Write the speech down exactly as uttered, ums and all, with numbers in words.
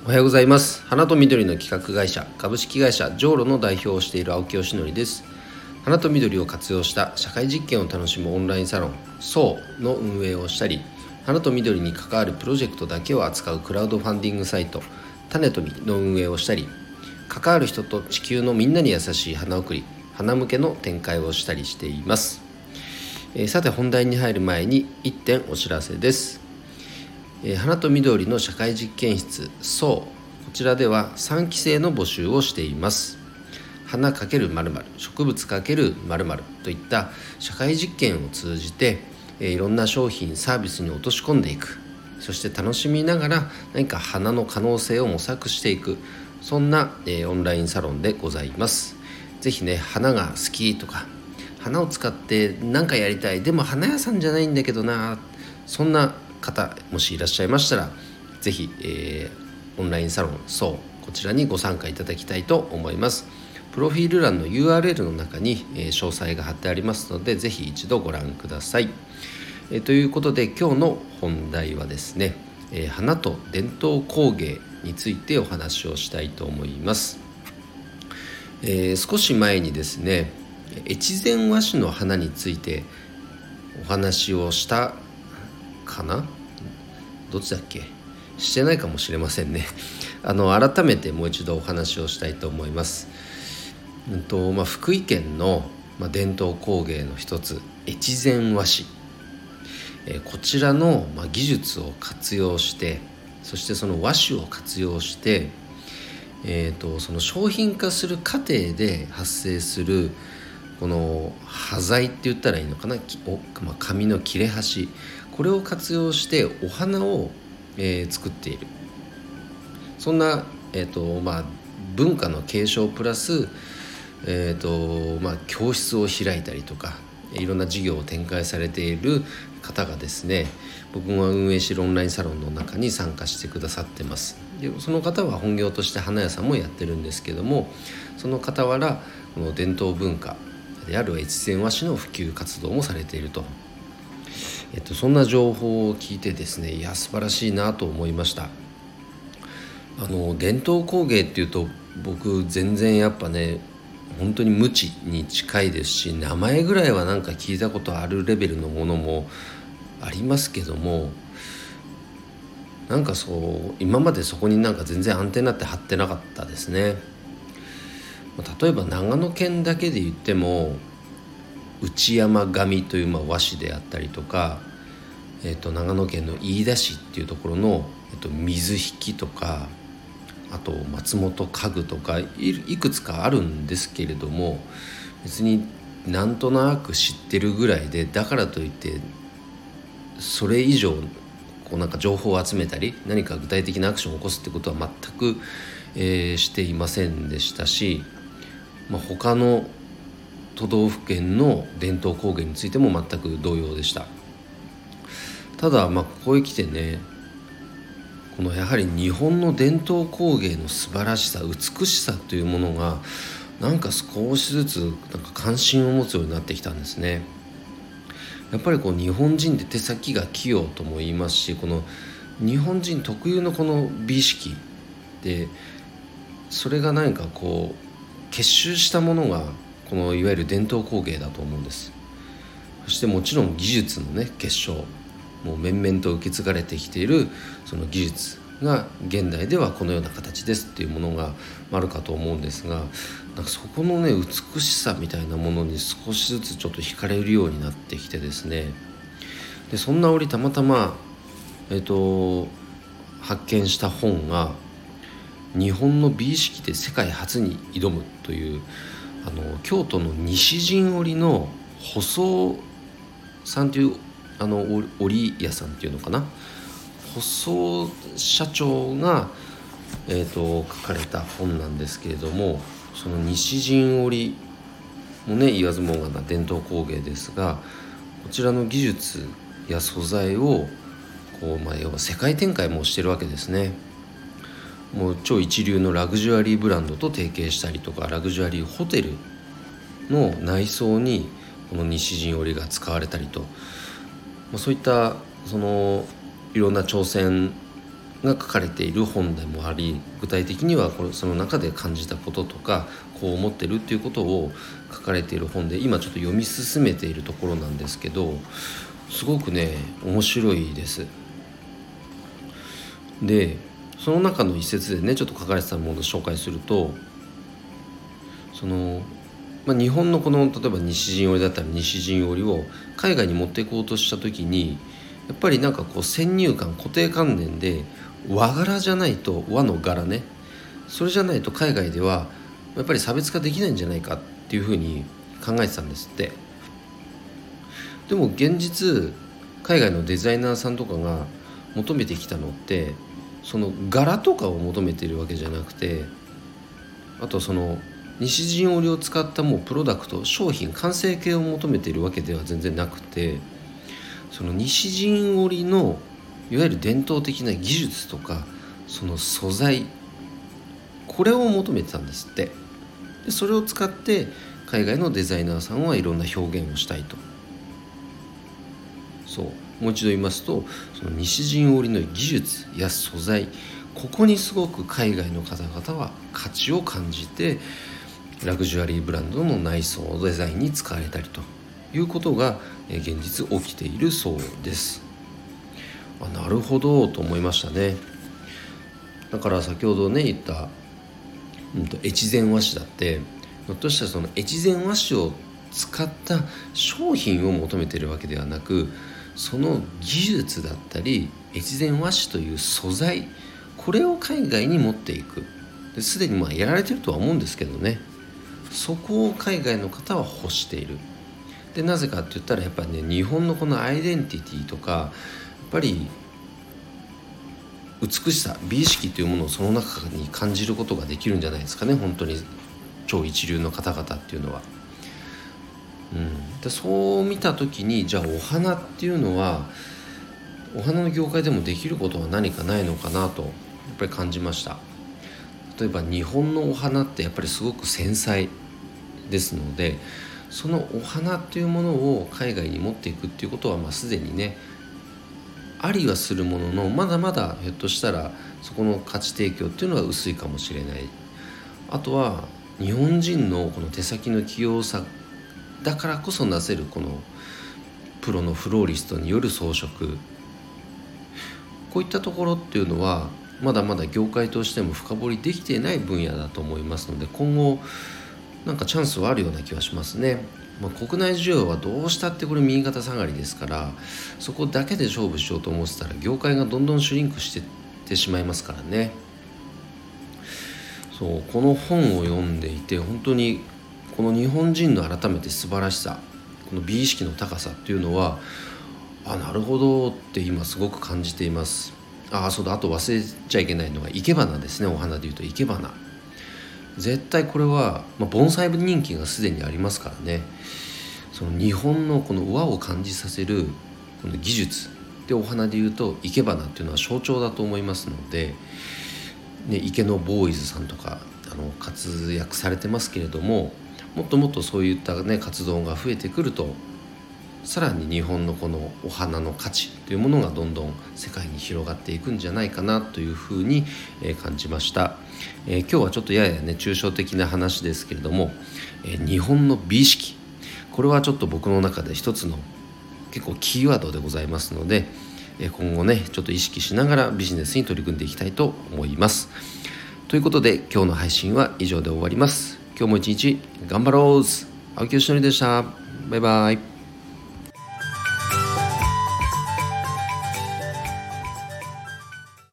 おはようございます。花と緑の企画会社株式会社ジョーロの代表をしている青木よしのりです。花と緑を活用した社会実験を楽しむオンラインサロン ソー の運営をしたり、花と緑に関わるプロジェクトだけを扱うクラウドファンディングサイト種とみの運営をしたり、関わる人と地球のみんなに優しい花送り花向けの展開をしたりしています。えー、さて本題に入る前にいってんお知らせです。えー、花と緑の社会実験室 ソー、 こちらではさんき生の募集をしています。花×〇〇、植物×〇〇といった社会実験を通じて、えー、いろんな商品サービスに落とし込んでいく、そして楽しみながら何か花の可能性を模索していく、そんな、えー、オンラインサロンでございます。ぜひね、花が好きとか花を使って何かやりたい、でも花屋さんじゃないんだけどな、そんな方もしいらっしゃいましたら、ぜひ、えー、オンラインサロン ソー、 こちらにご参加いただきたいと思います。プロフィール欄の ユーアールエル の中に、えー、詳細が貼ってありますので、ぜひ一度ご覧ください。えー、ということで今日の本題はですね、えー、花と伝統工芸についてお話をしたいと思います。えー、少し前にですね、越前和紙の花についてお話をしたかな、どっちだっけ、してないかもしれませんね。あの改めてもう一度お話をしたいと思います。うんとまあ、福井県の、まあ、伝統工芸の一つ越前和紙、えー、こちらの、まあ、技術を活用して、そしてその和紙を活用して、えーと、その商品化する過程で発生するこの端材って言ったらいいのかな、お、まあ、紙の切れ端、これを活用してお花を、えー、作っている、そんな、えーとまあ、文化の継承プラス、えーとまあ、教室を開いたりとかいろんな事業を展開されている方がですね、僕が運営しているオンラインサロンの中に参加してくださってます。でその方は本業として花屋さんもやってるんですけども、その傍らこの伝統文化である越前和紙の普及活動もされていると、えっと、そんな情報を聞いてですね、いや素晴らしいなと思いました。あの伝統工芸っていうと僕全然やっぱね、本当に無知に近いですし、名前ぐらいはなんか聞いたことあるレベルのものもありますけども、なんかそう今までそこになんか全然アンテナって張ってなかったですね。例えば長野県だけで言っても内山紙という、まあ、和紙であったりとか、えー、と長野県の飯田市っていうところの、えー、と水引とか、あと松本家具とか い, いくつかあるんですけれども、別になんとなく知ってるぐらいで、だからといってそれ以上こうなんか情報を集めたり何か具体的なアクションを起こすってことは全く、えー、していませんでしたし、まあ、他の都道府県の伝統工芸についても全く同様でした。ただまあここへ来てね、このやはり日本の伝統工芸の素晴らしさ、美しさというものがなんか少しずつなんか関心を持つようになってきたんですね。やっぱりこう日本人って手先が器用とも言いますし、この日本人特有のこの美意識で、それが何かこう結集したものがこのいわゆる伝統工芸だと思うんです。そしてもちろん技術のね結晶、もう面々と受け継がれてきているその技術が現代ではこのような形ですっていうものがあるかと思うんですが、なんかそこのね美しさみたいなものに少しずつちょっと惹かれるようになってきてですね、でそんな折たまたま、えーと、発見した本が日本の美意識で世界初に挑むという、あの京都の西陣織の細さんというあの織屋さんっていうのかな、細社長が、えーと、書かれた本なんですけれども、その西陣織もね言わずもがな伝統工芸ですが、こちらの技術や素材をこう、まあ、要は世界展開もしてるわけですね。もう超一流のラグジュアリーブランドと提携したりとか、ラグジュアリーホテルの内装にこの西陣織が使われたりと、そういったそのいろんな挑戦が書かれている本でもあり、具体的にはこれその中で感じたこととかこう思ってるっていうことを書かれている本で、今ちょっと読み進めているところなんですけど、すごくね面白いです。でその中の一節でねちょっと書かれてたものを紹介すると、その、まあ、日本のこの例えば西陣織だったら西陣織を海外に持っていこうとした時に、やっぱりなんかこう先入観固定観念で和柄じゃないと、和の柄ね、それじゃないと海外ではやっぱり差別化できないんじゃないかっていうふうに考えてたんですって。でも現実海外のデザイナーさんとかが求めてきたのって、その柄とかを求めているわけじゃなくて、あとその西陣織を使ったもうプロダクト、商品、完成形を求めているわけでは全然なくて、その西陣織のいわゆる伝統的な技術とかその素材、これを求めてたんですって。でそれを使って海外のデザイナーさんはいろんな表現をしたいと。そうもう一度言いますと、その西陣織の技術や素材、ここにすごく海外の方々は価値を感じて、ラグジュアリーブランドの内装デザインに使われたりということが現実起きているそうです。あ、なるほどと思いましたね。だから先ほどね言った、うん、と越前和紙だって、ひょっとしたらその越前和紙を使った商品を求めているわけではなく、その技術だったり越前和紙という素材、これを海外に持っていく。ですでにまあやられてるとは思うんですけどね、そこを海外の方は欲している。でなぜかって言ったら、やっぱりね日本のこのアイデンティティとか、やっぱり美しさ、美意識というものをその中に感じることができるんじゃないですかね、本当に超一流の方々っていうのは。うん、でそう見た時に、じゃあお花っていうのはお花の業界でもできることは何かないのかなとやっぱり感じました。例えば日本のお花ってやっぱりすごく繊細ですので、そのお花っていうものを海外に持っていくっていうことはまあすでにねありはするものの、まだまだひょっとしたらそこの価値提供っていうのは薄いかもしれない。あとは日本人のこの手先の器用さだからこそなせるこのプロのフローリストによる装飾、こういったところっていうのはまだまだ業界としても深掘りできていない分野だと思いますので、今後なんかチャンスはあるような気はしますね。まあ、国内需要はどうしたってこれ右肩下がりですから、そこだけで勝負しようと思ってたら業界がどんどんシュリンクしていってしまいますからね。そうこの本を読んでいて、本当にこの日本人の改めて素晴らしさ、この美意識の高さっていうのは、あ、なるほどって今すごく感じています。あ、そうだ、あと忘れちゃいけないのが生け花ですね。お花でいうと生け花、絶対これは、まあ、盆栽人気がすでにありますからね。その日本のこの和を感じさせるこの技術で、お花でいうと生け花っていうのは象徴だと思いますので、ね、池のボーイズさんとかあの活躍されてますけれども、もっともっとそういった、ね、活動が増えてくると、さらに日本のこのお花の価値というものがどんどん世界に広がっていくんじゃないかなというふうに感じました。えー、今日はちょっとややね抽象的な話ですけれども、えー、日本の美意識、これはちょっと僕の中で一つの結構キーワードでございますので、えー、今後ねちょっと意識しながらビジネスに取り組んでいきたいと思います。ということで今日の配信は以上で終わります。今日も一日頑張ろう。青木よしのりでした。バイバイ。